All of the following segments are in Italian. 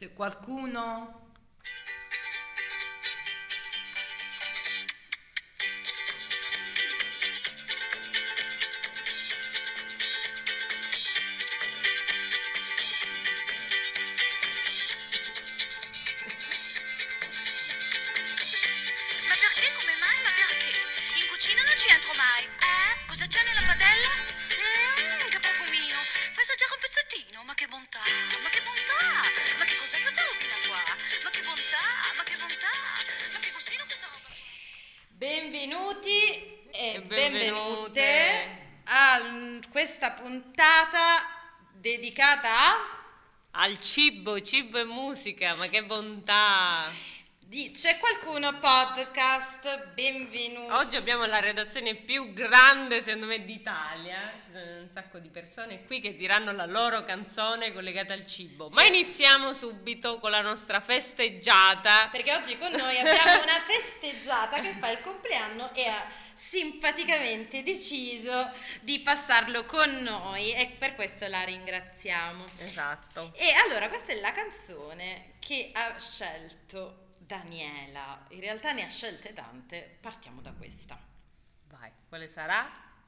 C'è qualcuno? Ma perché? Come mai? Ma perché? In cucina non ci entro mai. Cosa c'è nella padella? Che profumino. Fai assaggiare un pezzettino. Ma che bontà. Ma che bontà. Ma che cos'è questa robina qua? Ma che bontà. Ma che bontà. Ma che gustino questa roba qua? Benvenuti e benvenute benvenute a questa puntata dedicata al cibo e musica, ma che bontà! di C'è qualcuno podcast. Benvenuti. Oggi abbiamo la redazione più grande, secondo me, d'Italia. Ci sono un sacco di persone qui che diranno la loro canzone collegata al cibo. Ma iniziamo subito con la nostra festeggiata. Perché oggi con noi abbiamo una festeggiata che fa il compleanno e ha simpaticamente deciso di passarlo con noi e per questo la ringraziamo. Esatto. E allora questa è la canzone che ha scelto Daniela. In realtà ne ha scelte tante, partiamo da questa. Vai, quale sarà?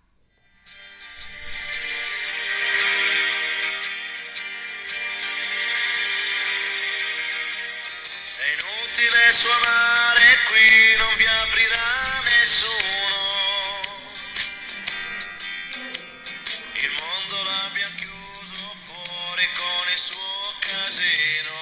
È inutile suonare qui, non vi aprirà nessuno. Il mondo l'abbiamo chiuso fuori con il suo casino.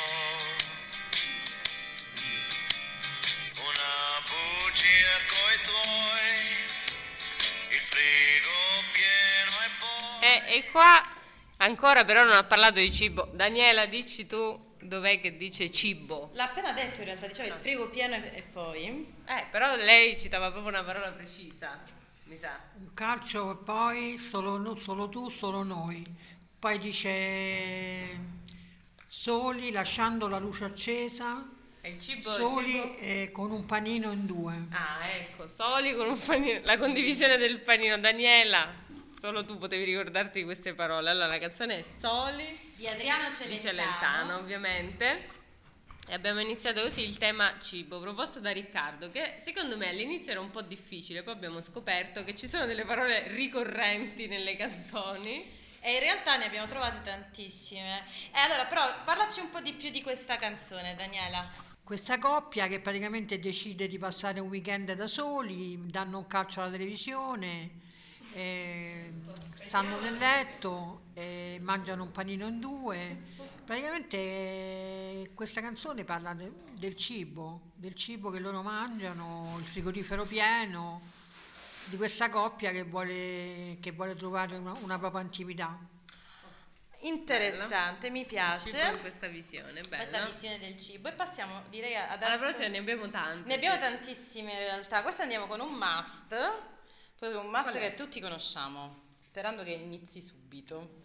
Una bugia coi tuoi, il frigo pieno e poi... E qua ancora però non ha parlato di cibo. Daniela, dici tu dov'è che dice cibo? L'ha appena detto in realtà, diceva il frigo pieno e poi... Però lei citava proprio una parola precisa, mi sa. Un calcio e poi solo tu, solo noi. Poi dice soli, lasciando la luce accesa, E il cibo, soli con un panino in due. Ah, ecco, soli con un panino, la condivisione del panino. Daniela, solo tu potevi ricordarti di queste parole. Allora, la canzone è Soli Di Adriano di Celentano. Celentano, ovviamente. E abbiamo iniziato così il tema cibo, proposto da Riccardo, che secondo me all'inizio era un po' difficile, poi abbiamo scoperto che ci sono delle parole ricorrenti nelle canzoni. E in realtà ne abbiamo trovate tantissime. E allora, però, parlaci un po' di più di questa canzone, Daniela. Questa coppia che praticamente decide di passare un weekend da soli, danno un calcio alla televisione, stanno nel letto, mangiano un panino in due. Praticamente questa canzone parla del cibo che loro mangiano, il frigorifero pieno, di questa coppia che vuole trovare una propria intimità. Interessante, mi Il cibo piace in questa visione, questa bello. visione del cibo. E passiamo, direi, ad Alla prossima ne abbiamo tante. Ne abbiamo sì. tantissime in realtà. Questa andiamo con un must, proprio un must Qual è? che tutti conosciamo, sperando che inizi subito.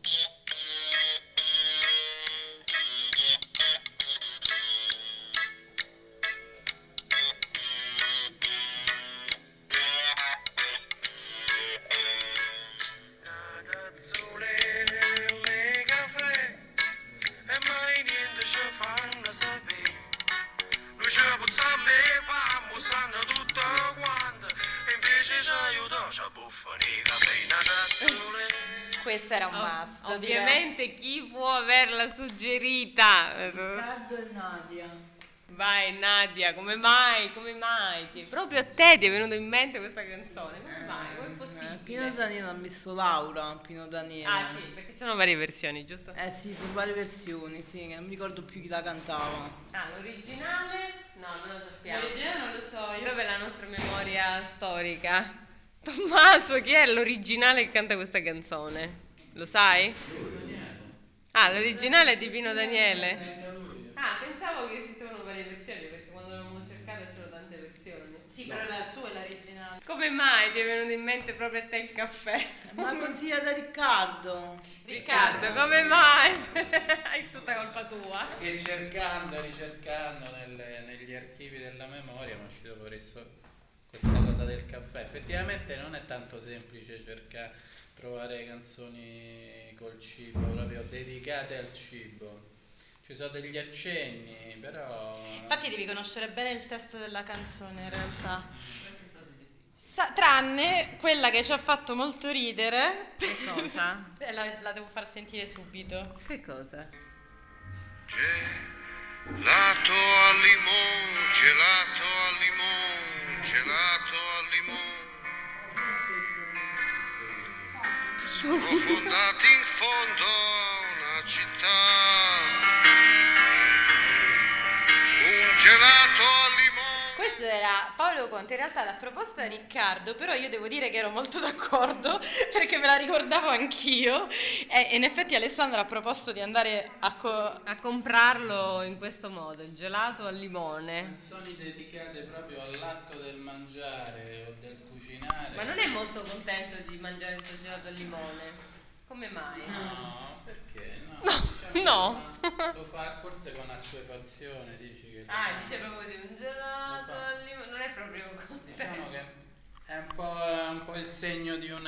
Ragazzole, le caffè e mai niente ci fanno sapere. Noi ci puzziamo e fammo, sanno tutto quanto e invece ci aiutò, ci buffano i caffè. Ragazzole, Questo era un must, direi. Ovviamente chi può averla suggerita? Riccardo e Nadia. Vai Nadia, come mai? Proprio a te ti è venuta in mente questa canzone? Come mai? Come è possibile? Pino Daniele ha messo Laura, Pino Daniele. Ah sì, perché ci sono varie versioni, giusto? Sì, sono varie versioni, sì, che non mi ricordo più chi la cantava. Ah, l'originale? No, non lo sappiamo. L'originale non lo so, io Dove è la nostra memoria storica? Tommaso, chi è l'originale che canta questa canzone? Lo sai? Ah, l'originale è di Pino Daniele? Ah, pensavo che esistevano varie versioni, perché quando l'abbiamo cercata c'erano tante versioni. Sì, però la sua è l'originale. Come mai ti è venuto in mente proprio a te il caffè? Ma consiglia da Riccardo. Riccardo, come mai? È tutta colpa tua. Che ricercando negli archivi della memoria mi è uscito fuori questa cosa del caffè. Effettivamente non è tanto semplice trovare canzoni col cibo, proprio dedicate al cibo. Ci sono degli accenni, però... Infatti devi conoscere bene il testo della canzone in realtà. Tranne quella che ci ha fatto molto ridere. Che cosa? La devo far sentire subito. Che cosa? Gelato al limone, gelato al limone, gelato al limone. Sprofondati in fondo a una città. Un gelato al limone. Questo era Paolo Conte, in realtà l'ha proposta Riccardo, però io devo dire che ero molto d'accordo perché me la ricordavo anch'io e in effetti Alessandra ha proposto di andare A comprarlo in questo modo, il gelato al limone. Canzoni dedicate proprio all'atto del mangiare o del cucinare. Ma non è molto contento di mangiare il gelato al limone? Come mai? No, perché? No, No. Lo fa forse con assuefazione, dici che... Dice proprio così, un gelato al limone, non è proprio contento. Diciamo che è un po' il segno di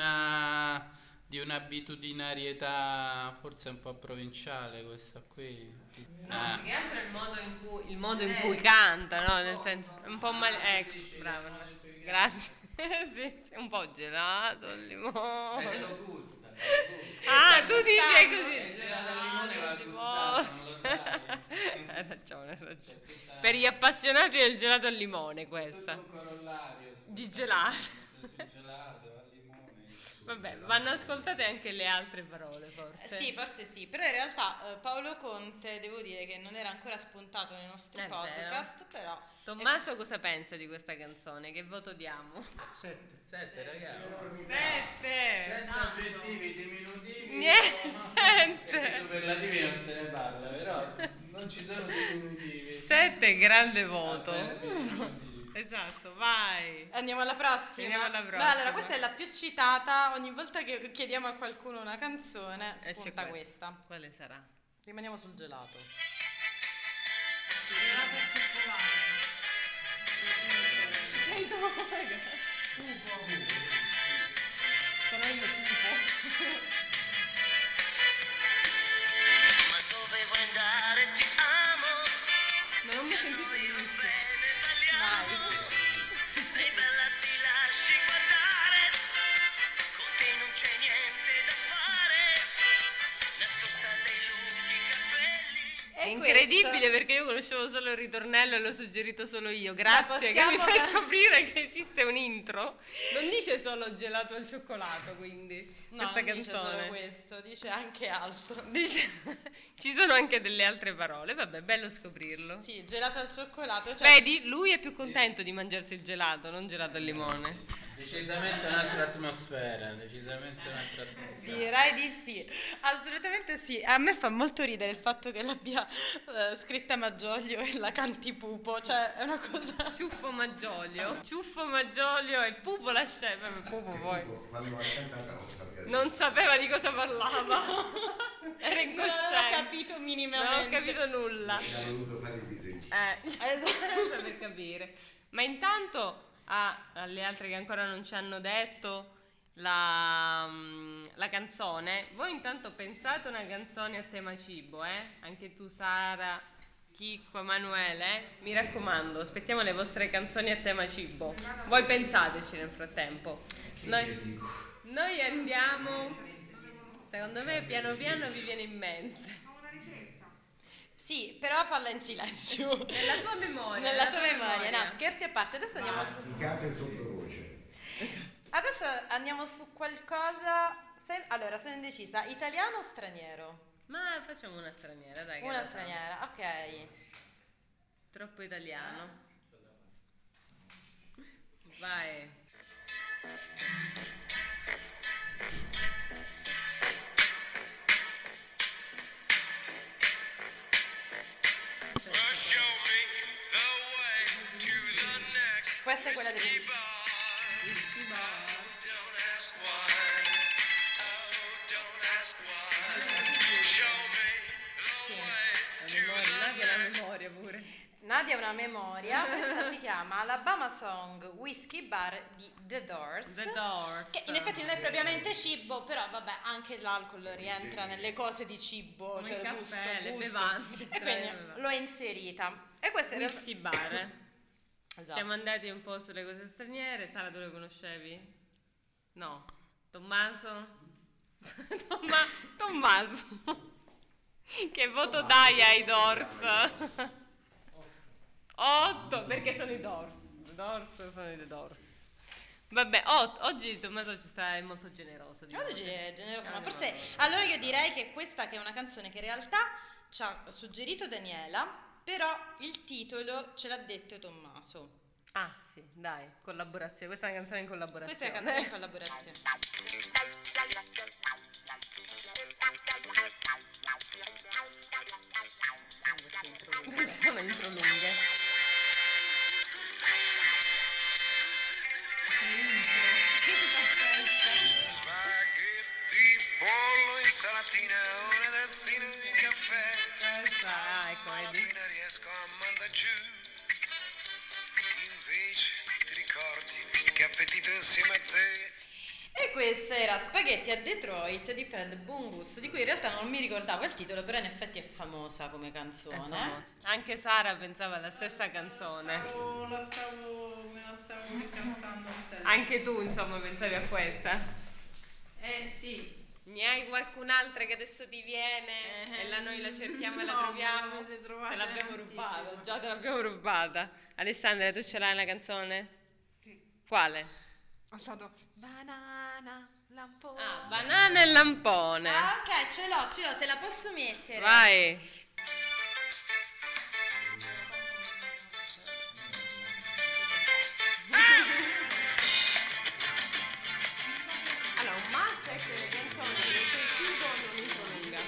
un'abitudinarietà forse un po' provinciale questa qui. No, più che altro è il modo in cui canta, no? Nel senso, è un po' male. Ecco, brava. Grazie. Sì, un po' gelato al limone. Se lo gusta. Ah, tu dici è così. Il gelato al limone va gustato, non lo sai. Hai ragione. Per gli appassionati del gelato al limone questa. Tutto un corollario Di gelato. sul gelato al limone. Vabbè, vanno ascoltate anche le altre parole forse. Sì, forse sì, però in realtà Paolo Conte devo dire che non era ancora spuntato nei nostri È podcast, però Tommaso cosa pensa di questa canzone? Che voto diamo? 7 ragazzi. 7! Senza aggettivi diminutivi. Niente. Di superlativi non se ne parla, però non ci sono diminutivi. 7 grande voto. Diminutivi. Esatto, vai. andiamo alla prossima. Andiamo alla No, prossima. allora, questa è la più citata, ogni volta che chiediamo a qualcuno una canzone Esce spunta questa. Quale sarà? Rimaniamo sul gelato. Sono io tipo. Ma dove vuoi andare? Ti amo. Non ho mai sentito Bene, mai. balliamo. Sei bella, ti lasci guardare. Con te non c'è niente da fare. Nascosta dai lunghi capelli. È incredibile perché io conoscevo solo il ritornello e l'ho suggerito solo io. Grazie che mi possiamo fai scoprire che esiste un intro. Non dice solo gelato al cioccolato, quindi No, questa non dice solo canzone. questo, dice anche altro. Ci sono anche delle altre parole, vabbè, bello scoprirlo. Sì, gelato al cioccolato. Cioè, Vedi, lui è più contento di mangiarsi il gelato, non gelato al limone. Decisamente un'altra atmosfera, direi di sì, assolutamente sì. A me fa molto ridere il fatto che l'abbia scritta Maggiolio e la canti Pupo, cioè è una cosa... Ciuffo Maggiolio e Pupo la scema. Pupo poi Quando l'ha cantata non sapeva di cosa parlava. Era Non incosciente. ho capito minimamente. Non ho capito nulla. ha voluto fare i disegni. Esatto. Per capire. Ma intanto alle altre che ancora non ci hanno detto la canzone, voi intanto pensate una canzone a tema cibo, anche tu Sara, Chicco, Emanuele, mi raccomando, aspettiamo le vostre canzoni a tema cibo. Voi pensateci nel frattempo. Noi andiamo, secondo me piano piano vi viene in mente. Sì, però falla in silenzio. Nella tua memoria. Nella tua memoria, no, scherzi a parte. Adesso andiamo su... Indicate sottovoce. Adesso andiamo su qualcosa... Allora, sono indecisa. Italiano o straniero? Ma facciamo una straniera, dai. che Una la fa. straniera, ok. Troppo italiano. Vai. Show me the way to the next Questa è quella del... whiskey bar. Don't ask why. Oh, don't ask why. Show me the way La to memoria, the là che la next. memoria pure. Nadia ha una memoria, questa si chiama Alabama Song Whiskey Bar di The Doors. The Doors. Che in effetti non è propriamente cibo, però vabbè, anche l'alcol rientra nelle cose di cibo, Come cioè il caffè, le gusto. bevande. E quindi l'ho inserita. E questa era Whisky bar. Esatto. Siamo andati un po' sulle cose straniere. Sara, tu le conoscevi? No. Tommaso? Tommaso. Che voto dai ai Doors? 8, perché sono i Doors. I Doors sono i The Doors. Vabbè, oggi Tommaso ci sta, è molto generoso. Oggi è generoso, ma Allora, forse allora io direi che questa che è una canzone che in realtà ci ha suggerito Daniela, però il titolo ce l'ha detto Tommaso. Ah, sì, dai, collaborazione. Questa è una canzone in collaborazione. Questa è una canzone in collaborazione. Sono intro lunghe. Spaghetti, pollo, insalatina, una tazzina di caffè. Ecco, Alla vedi? fine riesco a mandare giù. Invece ti ricordi che appetito insieme a te. E questa era Spaghetti a Detroit di Fred Bungus, di cui in realtà non mi ricordavo il titolo, però in effetti è famosa come È canzone. famosa. Anche Sara pensava alla stessa canzone. Me la stavo cantando a te. Anche tu, insomma, pensavi a questa. Sì. Ne hai qualcun'altra che adesso ti viene e noi la cerchiamo e la no, troviamo? me ne avete trovate Te l'abbiamo tantissime. rubata, già te l'abbiamo rubata. Alessandra, tu ce l'hai la canzone? Quale? Ho stato banana, lampone. Ah, banana e lampone. Ah, ok, ce l'ho, te la posso mettere. Vai. Allora, un must è che le canzoni che chiudo non introlunga.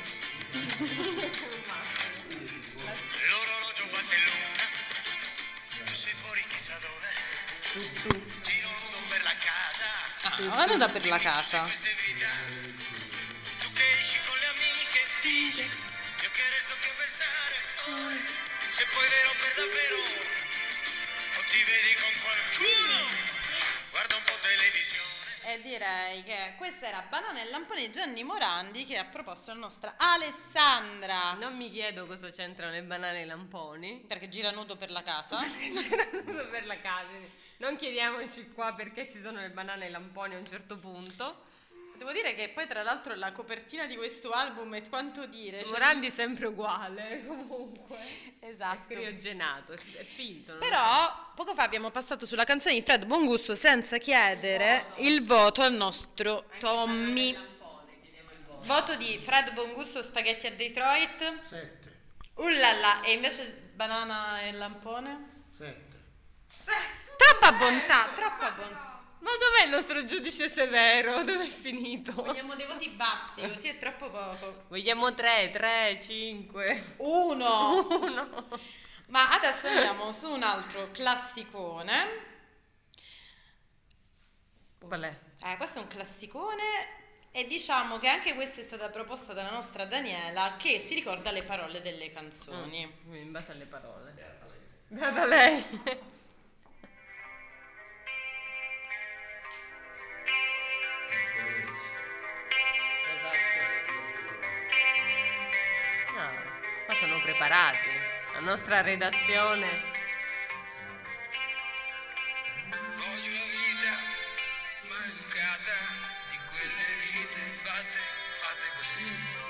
L'orologio batte l'una, tu sei fuori chissà dove. Giro nudo per la casa. Vado da per la casa. Queste vita, tu che esci con le amiche, dici, io che resto che pensare, se poi vero per davvero, o ti vedi con qualcuno, guarda un po' televisione. E direi che questa era Banana e Lampone di Gianni Morandi che ha proposto la nostra Alessandra. Non mi chiedo cosa c'entrano le banane e i lamponi. Perché gira nudo per la casa. C'erano per la casa. Non chiediamoci qua perché ci sono le banane e i lamponi a un certo punto. Devo dire che poi tra l'altro la copertina di questo album è quanto dire. cioè- Morandi è sempre uguale, comunque. Esatto. È criogenato, è finto. non Però poco fa abbiamo passato sulla canzone di Fred Bongusto senza chiedere il voto al nostro Anche Tommy. banane e lampone, chiediamo il voto. Voto di Fred Bongusto Spaghetti a Detroit. 7. Ullala, e invece Banana e Lampone? 7. Troppa bontà, troppa bontà. Ma dov'è il nostro giudice severo? Dov'è finito? Vogliamo dei voti bassi, così è troppo poco. Vogliamo 3, 5. 1. 1. Ma adesso andiamo su un altro classicone. Qual è? Questo è un classicone e diciamo che anche questa è stata proposta dalla nostra Daniela che si ricorda le parole delle canzoni. In base alle parole. Beata lei. No, qua sono preparati. La nostra redazione. Voglio una vita maleducata di quelle vite fatte così.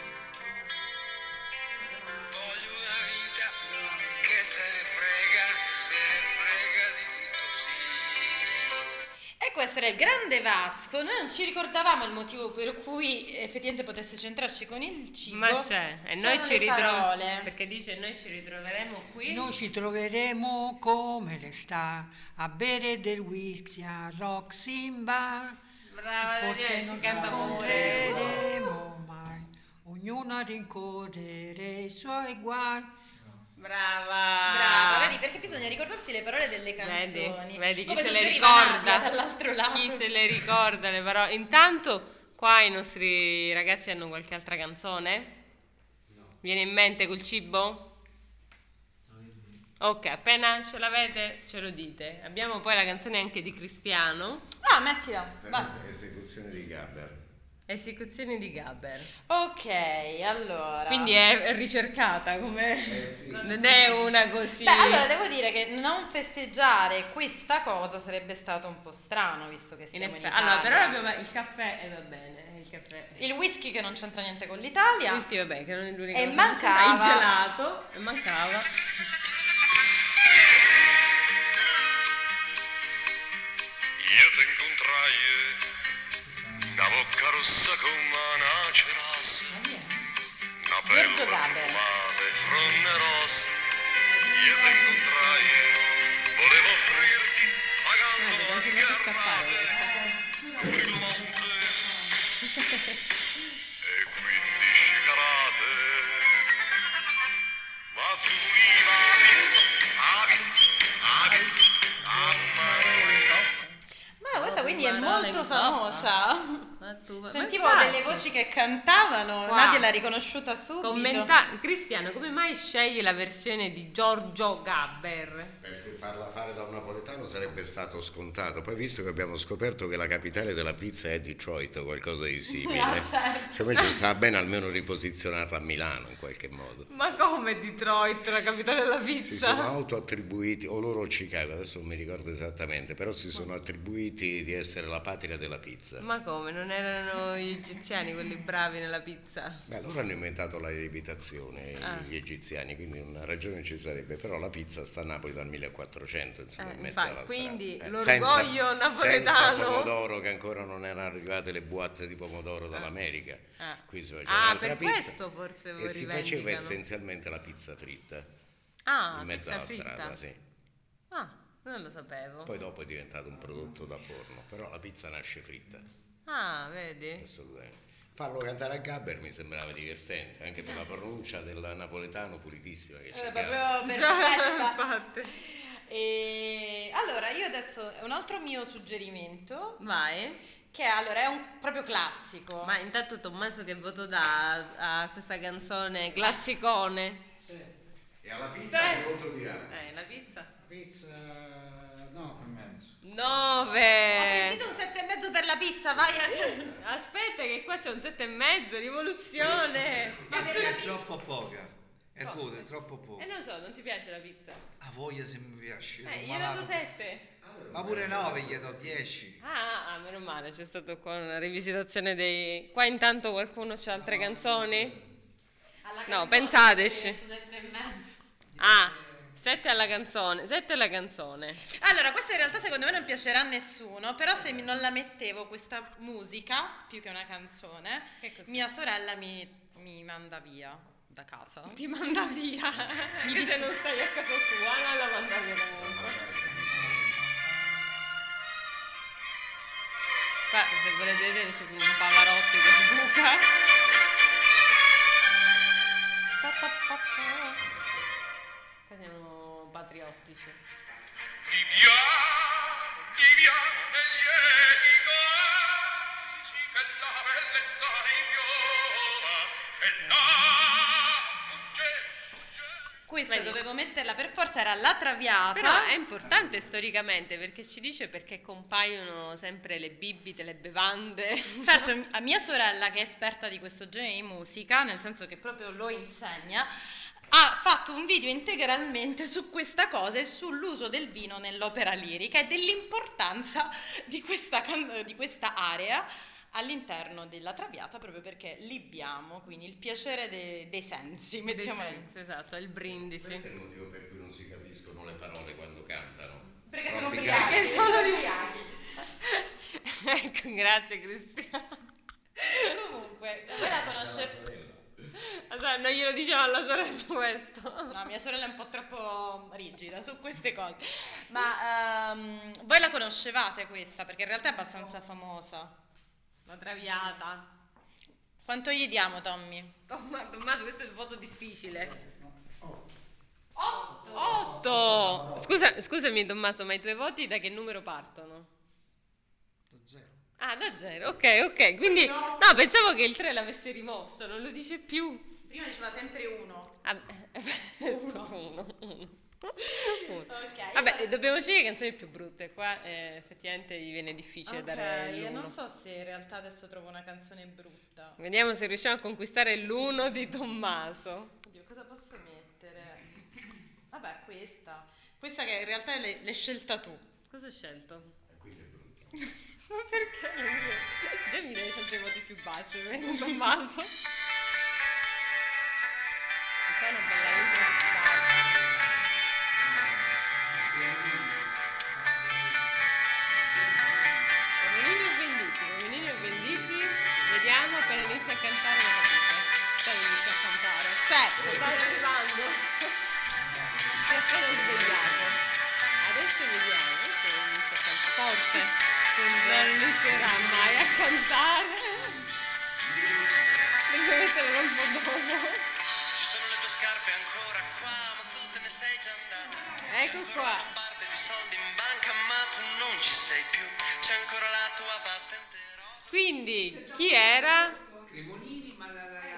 Voglio una vita che se ne frega di tutto, sì. E questo era il grande Vasco. Noi non ci ricordavamo il motivo per cui effettivamente potesse centrarci con il cibo. Ma c'è. E noi C'erano ci le parole. ritroviamo. Perché dice noi ci ritroveremo qui. Noi ci troveremo come le sta a bere del whisky a Roxy in bar. Brava Forse Daniele, ci non ci canta pure. incontreremo mai, ognuno a rincorrere i suoi guai. Brava. Brava, vedi perché bisogna ricordarsi le parole delle canzoni. Vedi chi Come se le suggeriva Nadia ricorda. dall'altro lato. Chi se le ricorda le parole. Intanto qua i nostri ragazzi hanno qualche altra canzone? Viene in mente col cibo? Ok, appena ce l'avete ce lo dite. Abbiamo poi la canzone anche di Cristiano, Ah, mettila. Vai. Esecuzione di Gabber. Esecuzioni di Gabber. Ok, allora. Quindi è ricercata come... Sì. Non è una così... Beh, allora devo dire che non festeggiare questa cosa sarebbe stato un po' strano, visto che siamo in Italia. Allora, però abbiamo il caffè va bene, il caffè. Il whisky che non c'entra niente con l'Italia. Il whisky vabbè, che non è l'unica E cosa che non c'entra. mancava- Il gelato, e mancava. Io ti incontrai una bocca rossa come una cerasa, una pelle Giorgio Gaber. profumata e fronte rosa. Io ti incontrai, volevo offrirti pagando Dobbiamo la finire di scappare. brillante e 15 carate. Ma tu viva Ma questa quindi è Banana in molto coppa. famosa. Ma tu, Sentivo ma infatti, delle voci che cantavano, Qua. Nadia l'ha riconosciuta subito. Cristiano, come mai scegli la versione di Giorgio Gabber? Perché farla fare da un napoletano sarebbe stato scontato. Poi visto che abbiamo scoperto che la capitale della pizza è Detroit o qualcosa di simile, Ah, certo. secondo me ci sta bene almeno riposizionarla a Milano in qualche modo. Ma come Detroit, la capitale della Si pizza? sono autoattribuiti, o loro o Chicago, adesso non mi ricordo esattamente, però si sono attribuiti di essere la patria della pizza. Ma come, non erano gli egiziani quelli bravi nella pizza? Beh, loro hanno inventato la lievitazione, gli egiziani, quindi una ragione ci sarebbe, però la pizza sta a Napoli dal 1400, insomma, in mezzo infatti, alla quindi strada. l'orgoglio Senza napoletano. pomodoro, che ancora non erano arrivate le boatte di pomodoro dall'america. Ah. Qui si faceva Ah, un'altra per pizza questo forse e si faceva rivendicano. essenzialmente la pizza fritta Ah, in mezzo pizza alla fritta. strada, sì. Ah, non lo sapevo. Poi dopo è diventato un prodotto da forno, però la pizza nasce fritta, Ah, vedi? assolutamente. Farlo cantare a Gabber mi sembrava divertente, anche per la pronuncia del napoletano pulitissima che c'è. Era proprio perfetta. Infatti. E allora io adesso un altro mio suggerimento Vai. che allora è un proprio classico. Ma intanto Tommaso che voto dà a questa canzone classicone? E alla pizza che voto diamo? La pizza? Pizza 9 e mezzo. 9. Ho sentito un 7,5 per la pizza, vai a... Aspetta che qua c'è un 7,5, rivoluzione. Ma per la È pizza... troppo poca. È voto, è troppo poco. Non lo so, non ti piace la pizza? A voglia se mi piace. sono Io malato. do 7. Ma pure 9 gli do 10. Ah, meno male, c'è stato qua una rivisitazione dei... Qua intanto qualcuno c'ha altre canzoni? alla No, canzone, pensateci. ho messo 7,5. Ah, 7 alla canzone, 7 alla canzone. Allora, questa in realtà secondo me non piacerà a nessuno, però se non la mettevo questa musica, più che una canzone, Che cos'è? mia sorella mi manda via da casa. Ti manda via. Anche se non stai a casa sua, non la manda via comunque. Qua, se volete vedere, c'è un Pavarotti che sbuca. Qua siamo patriottici. Viviamo negli lieti codici che la bellezza infiora e là fugge. Questa Vedi? dovevo metterla per forza, era la Traviata. Però è importante storicamente perché ci dice perché compaiono sempre le bibite, le bevande. Certo, a mia sorella che è esperta di questo genere di musica, nel senso che proprio lo insegna, ha fatto un video integralmente su questa cosa e sull'uso del vino nell'opera lirica e dell'importanza di questa area all'interno della Traviata, proprio perché libiamo, quindi il piacere dei sensi, mettiamola lì. Esatto, il brindisi. Questo è il motivo per cui non si capiscono le parole quando cantano. Perché sono Troppi ubriachi. cani. Perché sono ubriachi. Ecco, grazie Cristiano. Comunque, voi la conoscete? Non glielo diceva alla sorella questo. No, mia sorella è un po' troppo rigida su queste cose. Ma voi la conoscevate questa? Perché in realtà è abbastanza famosa. La Traviata. Quanto gli diamo, Tommy? Tommaso, questo è il voto difficile. 8. Scusami Tommaso, ma i tuoi voti da che numero partono? Da 0. Ah, da 0, ok, quindi... No, pensavo che il 3 l'avesse rimosso, non lo dice più. Prima diceva sempre 1. Uno. Ok, Vabbè, dobbiamo scegliere canzoni più brutte. Qua effettivamente gli viene difficile ok, dare io l'uno. non so se in realtà adesso trovo una canzone brutta. Vediamo se riusciamo a conquistare l'uno di Tommaso. Oddio, cosa posso mettere? Vabbè, questa. Questa che in realtà l'hai scelta tu. Cosa hai scelto? Quindi è brutto. Ma perché? Già mi dai sempre i voti più bassi, per Tommaso. C'è una bella intro. Romanini o venditi, vediamo appena inizia a cantare lo capite. Poi inizia a cantare. Sta arrivando. Si è appena svegliato. Adesso vediamo se inizia a cantare. Forse non inizierà mai a cantare. Devo metterlo un po' dopo. Ci sono le tue scarpe ancora qua, ma tu te ne sei già andata. Ecco qua. C'è ancora una parte di soldi in banca, ma tu non ci sei più. C'è ancora la tua patente rosa. Quindi, chi era? Cremonini, ma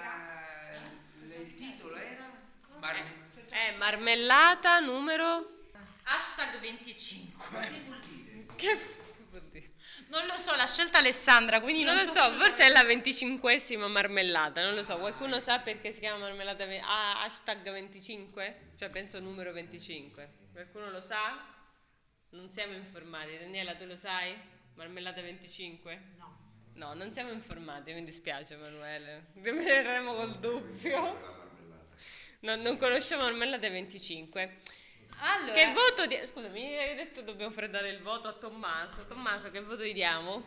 il titolo era? Marmellata numero... Hashtag 25. Che vuol dire? Non lo so, l'ha scelta Alessandra, quindi Non lo so, forse è la 25esima marmellata, non lo so, qualcuno sa perché si chiama marmellata hashtag 25? Cioè penso numero 25. Qualcuno lo sa? Non siamo informati. Daniela, tu lo sai? Marmellata 25? No. No, non siamo informati, mi dispiace Emanuele. Rimarremo col dubbio. No, non conosciamo marmellata 25. Allora, Che voto di... Scusami, hai detto dobbiamo freddare il voto a Tommaso. Tommaso, che voto gli diamo?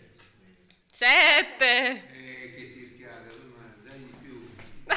7. Che tirchiata, ma dai di più.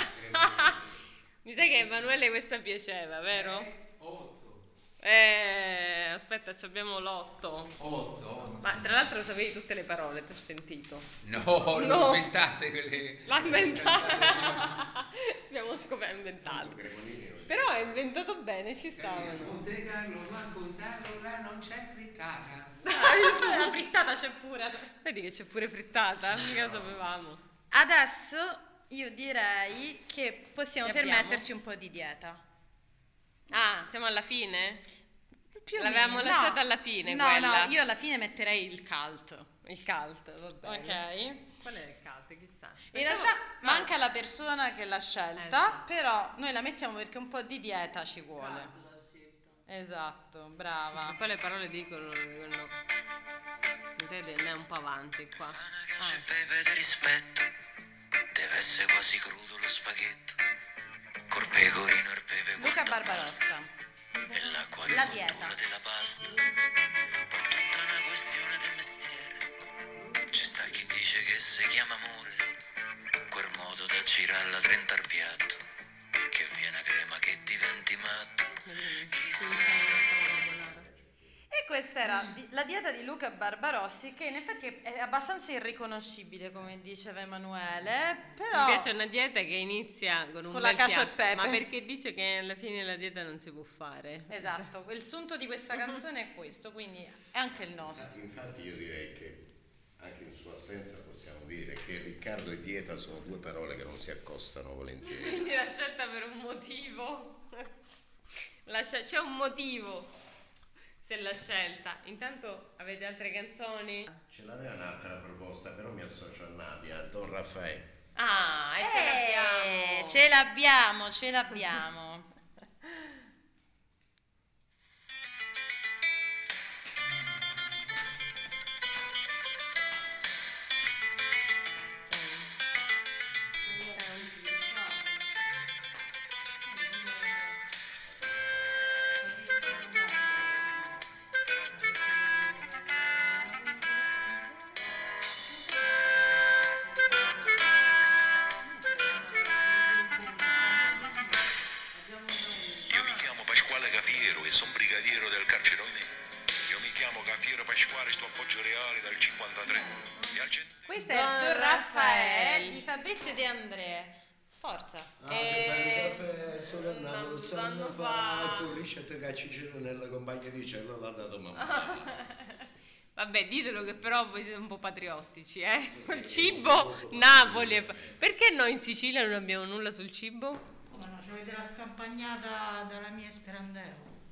Mi sa che a Emanuele questa piaceva, vero? 8. Aspetta, abbiamo l'8. 8. Ma tra l'altro sapevi tutte le parole, ti ho sentito. No, No. non inventate quelle. L'ha inventata. Abbiamo scoperto inventato. Però è inventato bene, ci stavano. Monte Carlo, ma contarlo là non c'è frittata. la frittata c'è pure. Vedi che c'è pure frittata? Mica lo sapevamo. Adesso io direi che possiamo Che abbiamo? permetterci un po' di dieta. Ah, siamo alla fine? Più o L'avevamo meno, lasciata no. alla fine No, quella. no, io alla fine metterei il cult. Il cult, va bene. Ok. Qual è il cult? Chissà. In realtà manca la persona che l'ha scelta, sì. però noi la mettiamo perché un po' di dieta ci vuole. Esatto, brava. E poi le parole dicono mi vede, ne è un po' avanti qua. Una cacio e pepe di rispetto. Deve essere quasi crudo lo spaghetto. Col pecorino e il pepe Luca quanto Barbarossa. basta. E l'acqua La di dieta. cottura della pasta. Poi tutta una questione del mestiere. Ci sta chi dice che si chiama amore. Quel modo da girarla 30 al piatto. Che viene crema che diventi matto. E questa era la dieta di Luca Barbarossi, che in effetti è abbastanza irriconoscibile, come diceva Emanuele, però... Mi piace una dieta che inizia con un Con bel la cacio e piatto, pepe. ma perché dice che alla fine la dieta non si può fare. Esatto, il sunto di questa canzone è questo, quindi è anche il nostro. Infatti io direi che anche in sua assenza possiamo dire che Riccardo e dieta sono due parole che non si accostano volentieri. Quindi l'ha scelta per un motivo. C'è un motivo se l'ha scelta. Intanto avete altre canzoni? Ce l'aveva un'altra proposta, però mi associo a Nadia, Don Raffaele. Ah, e ce l'abbiamo. Ce l'abbiamo, ce l'abbiamo. Io mi chiamo Pasquale Cafiero e sono brigadiero del carcerone. Io mi chiamo Cafiero Pasquale, sto a Poggio Reale dal 53. E al Questo è Don Raffaele di Fabrizio De André. Forza. Che bel caffè, solo a Napoli, un stanno anno fa, fa. con ricette che ci c'era nella compagna di cella, l'ha dato mamma. Vabbè, ditelo che però voi siete un po' patriottici, Col cibo, Napoli. Perché noi in Sicilia non abbiamo nulla sul cibo? Come no, ci avete la scampagnata dalla mia Sperandeo.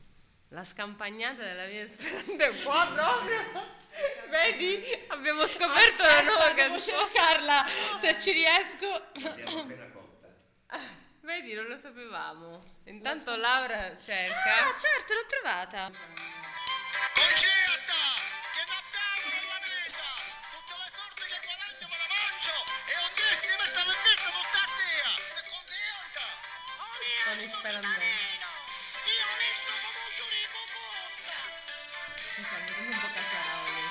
La scampagnata della mia speranza è qua proprio. Vedi? Abbiamo scoperto una nuova Devo canzone. cercarla, se ci riesco. L'abbiamo appena cotta. Vedi, non lo sapevamo. Intanto Laura cerca. Ah, certo, l'ho trovata. Concerta! Che t'abbiamo nella vita! Tutte le sorti che guadagno me le mangio e ogni si mette alle dita tutta a dia! Se contenta! Con il sperandino. Sì, onesto come un giurico cozza! Un po' casarone.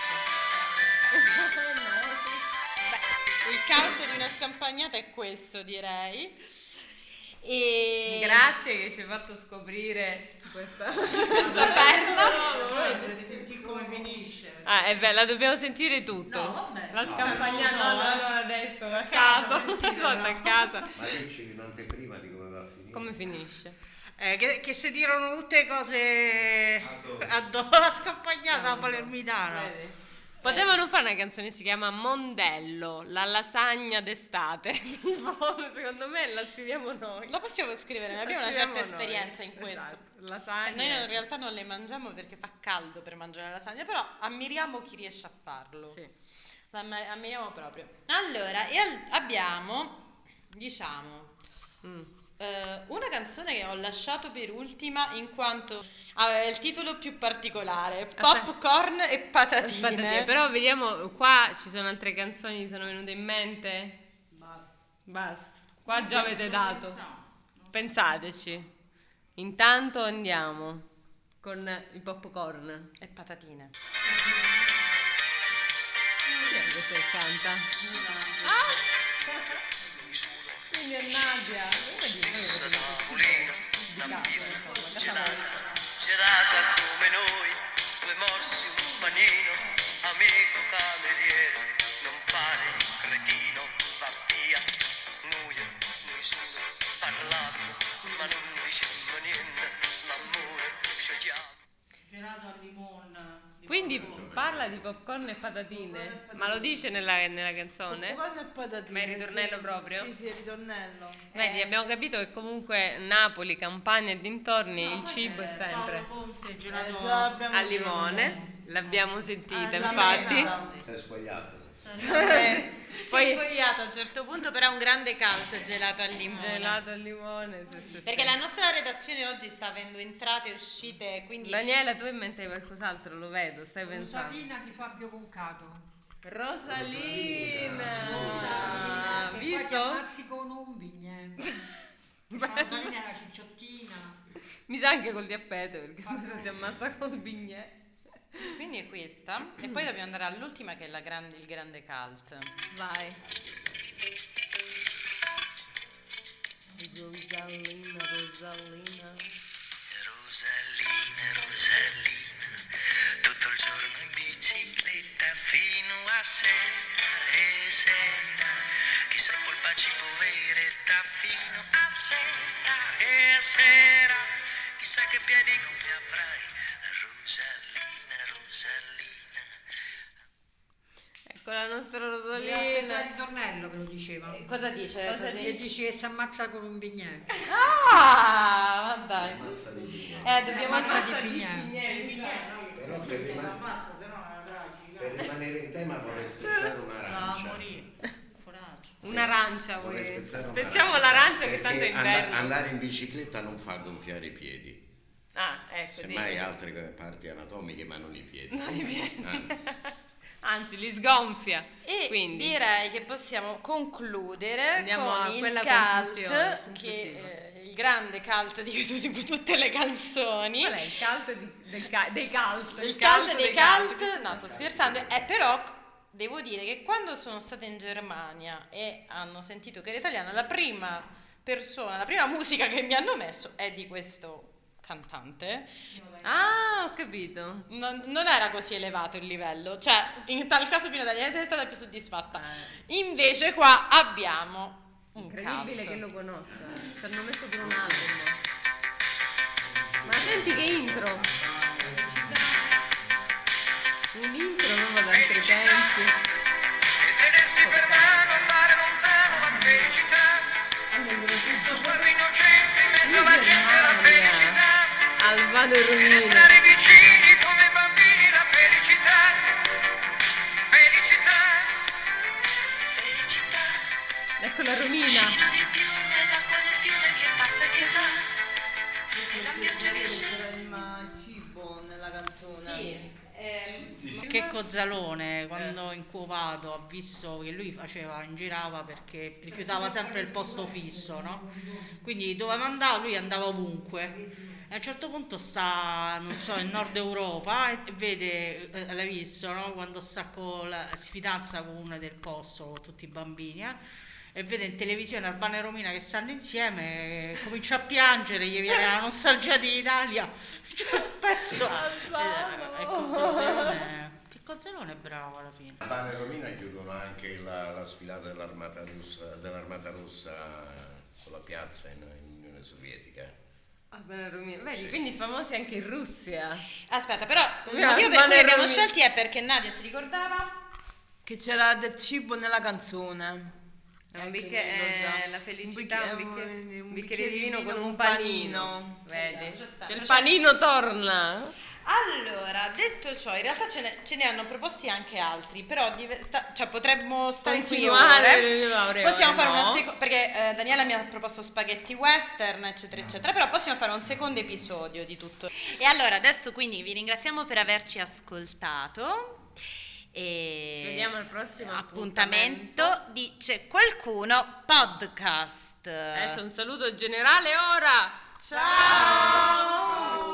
Beh, il caos di una scampagnata è questo, direi. E Grazie che ci hai fatto scoprire questa perla. Devi sentire come finisce. Ah, è bella, dobbiamo sentire tutto. No, vabbè. La No, scampagnata, no, no, adesso, a caso, sotto a casa. Ma dici un'anteprima di come va a finire? Come finisce? Che si tirano tutte cose addosso alla scampagnata palermitana. Vedi? Potevano fare una canzone che si chiama Mondello, la lasagna d'estate. Secondo me la scriviamo noi. La possiamo scrivere, noi abbiamo una Scriviamo certa noi. esperienza in questo. Esatto. Cioè, Lasagna. noi in realtà non le mangiamo perché fa caldo per mangiare la lasagna, però ammiriamo chi riesce a farlo. Sì. Ammiriamo proprio. Allora, abbiamo, diciamo, una canzone che ho lasciato per ultima in quanto aveva il titolo più particolare, Popcorn e patatine. Però vediamo, qua ci sono altre canzoni che vi sono venute in mente? Basta. Qua già avete dato. Pensateci. Intanto andiamo con il popcorn e patatine. Chi è questo che canta? Quindi è Nadia. Gelata come noi, due morsi, un panino, amico cameriere, non fare il cretino, va via, muoio, noi solo parliamo, ma non diciamo niente, l'amore scegliamo. Gelato al limone. Quindi parla di popcorn e patatine, ma lo dice nella canzone? Popcorn e patatine. Ma è il ritornello sì. proprio? Sì, è il ritornello. Vedi, abbiamo capito che comunque Napoli, Campania e dintorni il cibo è sempre Già abbiamo al limone, l'abbiamo sentita la infatti. menta. Si è sbagliato. Poi si è spogliato a un certo punto, però è un grande cult gelato al limone. Gelato al limone, sì. Perché la nostra redazione oggi sta avendo entrate e uscite, quindi Daniela, tu in mente hai qualcos'altro, lo vedo, stai pensando. Rosalina di Fabio Concato. Rosalina! Rosalina, che poi ti Visto? ammazzi con un bignè. Rosalina era cicciottina. Mi sa anche col diabete perché questa si ammazza col bignè. quindi è questa. E poi dobbiamo andare all'ultima che è il grande cult. Vai. Rosalina. Rosallina, Rosallina, tutto il giorno in bicicletta fino a sera e sera, chissà colpa ci poveretta fino a sera e sera, chissà che piedi gonfi avrai, Rosallina, Rosallina. Ecco la nostra Aspetta Rosalina. il ritornello che lo diceva. Cosa dice? Che dici che si ammazza con un bignè. Ah, ma dai. Ammazza di bignè. Dobbiamo Ammazza andare di bignè. Però per rimanere in tema vorrei spezzare un'arancia. Un'arancia Vorrei vuoi? spezzare Spezziamo un'arancia. l'arancia che tanto è Perché inverno. andare in bicicletta non fa gonfiare i piedi. Ah, ecco. Semmai dico. altre parti anatomiche, ma non i piedi. Non i piedi. Anzi. Anzi, li sgonfia. E Quindi direi che possiamo concludere andiamo a con il quella cult, conclusione, che il grande cult di tutte le canzoni. qual è il cult dei cult? Il cult dei cult, no, sto scherzando, però devo dire che quando sono stata in Germania e hanno sentito che era italiana, la prima musica che mi hanno messo è di questo cantante. Ah, ho capito. Non era così elevato il livello, cioè in tal caso Pino Daniele sei stata più soddisfatta. Invece qua abbiamo un Incredibile cult. che lo conosca. Ci hanno messo per un album. Ma senti che intro. Un intro proprio da altri tempi. E tenersi per mano, andare lontano, la felicità. Lo sguardo innocente in mezzo alla gente, la felicità. Albano e E Romina. restare con la Romina. Vicino di più nell'acqua del fiume che passa e che va. E la pioggia che scende. Il cibo nella canzone. Sì, Che Cozzalone, quando in Cuovato ha visto che lui girava perché rifiutava sempre il posto fisso, no? Quindi dove andava, lui andava ovunque. E a un certo punto sta, non so, in Nord Europa e vede, l'hai visto, no? Quando si fidanza con una del posto, tutti i bambini, e vede in televisione Albano e Romina che stanno insieme, e comincia a piangere, gli viene la nostalgia di Italia, cioè il pezzo. Ecco, Cozzalone è bravo alla fine. Albano e Romina chiudono anche la sfilata dell'Armata Rossa sulla piazza in Unione Sovietica. Albano e Romina, vedi, sì. Quindi famosi anche in Russia. Aspetta, però il motivo per cui abbiamo scelti è perché Nadia si ricordava che c'era del cibo nella canzone. La felicità, un bicchiere di vino con un panino. Vedi? Cioè, il panino torna. Allora, detto ciò, in realtà ce ne hanno proposti anche altri, però potremmo stare qui ore. Possiamo fare una perché Daniela mi ha proposto spaghetti western, eccetera, eccetera, però possiamo fare un secondo episodio di tutto. E allora, adesso quindi vi ringraziamo per averci ascoltato. E ci vediamo al prossimo appuntamento di C'è Qualcuno Podcast. Adesso un saluto generale ora. Ciao!